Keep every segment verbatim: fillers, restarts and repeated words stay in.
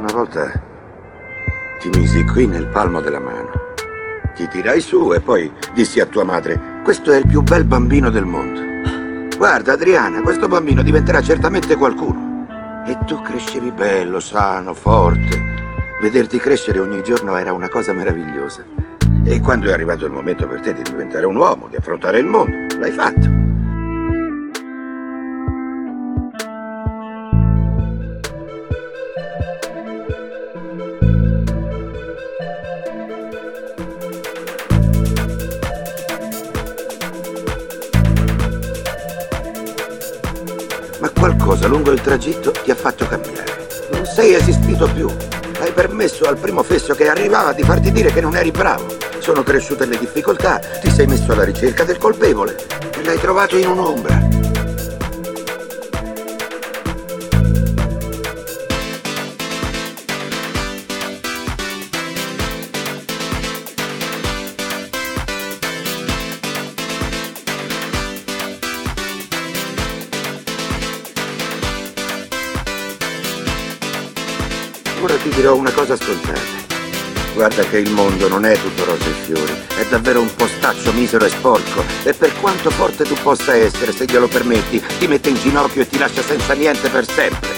Una volta ti misi qui nel palmo della mano, ti tirai su e poi dissi a tua madre: questo è il più bel bambino del mondo. Guarda, Adriana, questo bambino diventerà certamente qualcuno. E tu crescevi bello, sano, forte. Vederti crescere ogni giorno era una cosa meravigliosa. E quando è arrivato il momento per te di diventare un uomo, di affrontare il mondo, l'hai fatto. Ma qualcosa lungo il tragitto ti ha fatto cambiare. Non sei esistito più. Hai permesso al primo fesso che arrivava di farti dire che non eri bravo. Sono cresciute le difficoltà, ti sei messo alla ricerca del colpevole e l'hai trovato in un'ombra. Ora ti dirò una cosa scontata. Guarda che il mondo non è tutto rose e fiori, è davvero un postaccio misero e sporco, e per quanto forte tu possa essere, se glielo permetti, ti mette in ginocchio e ti lascia senza niente per sempre.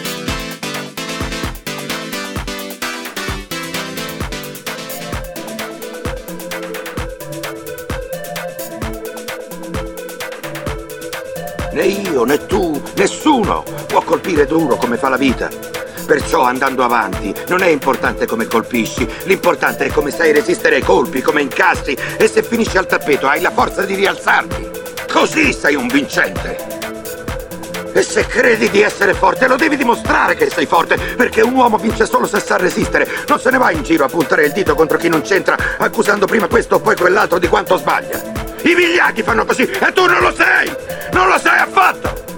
Né io, né tu, nessuno può colpire duro come fa la vita. Perciò, andando avanti, non è importante come colpisci, l'importante è come sai resistere ai colpi, come incastri, e se finisci al tappeto hai la forza di rialzarti. Così sei un vincente. E se credi di essere forte, lo devi dimostrare che sei forte, perché un uomo vince solo se sa resistere. Non se ne va in giro a puntare il dito contro chi non c'entra, accusando prima questo o poi quell'altro di quanto sbaglia. I vigliacchi fanno così e tu non lo sei! Non lo sei affatto!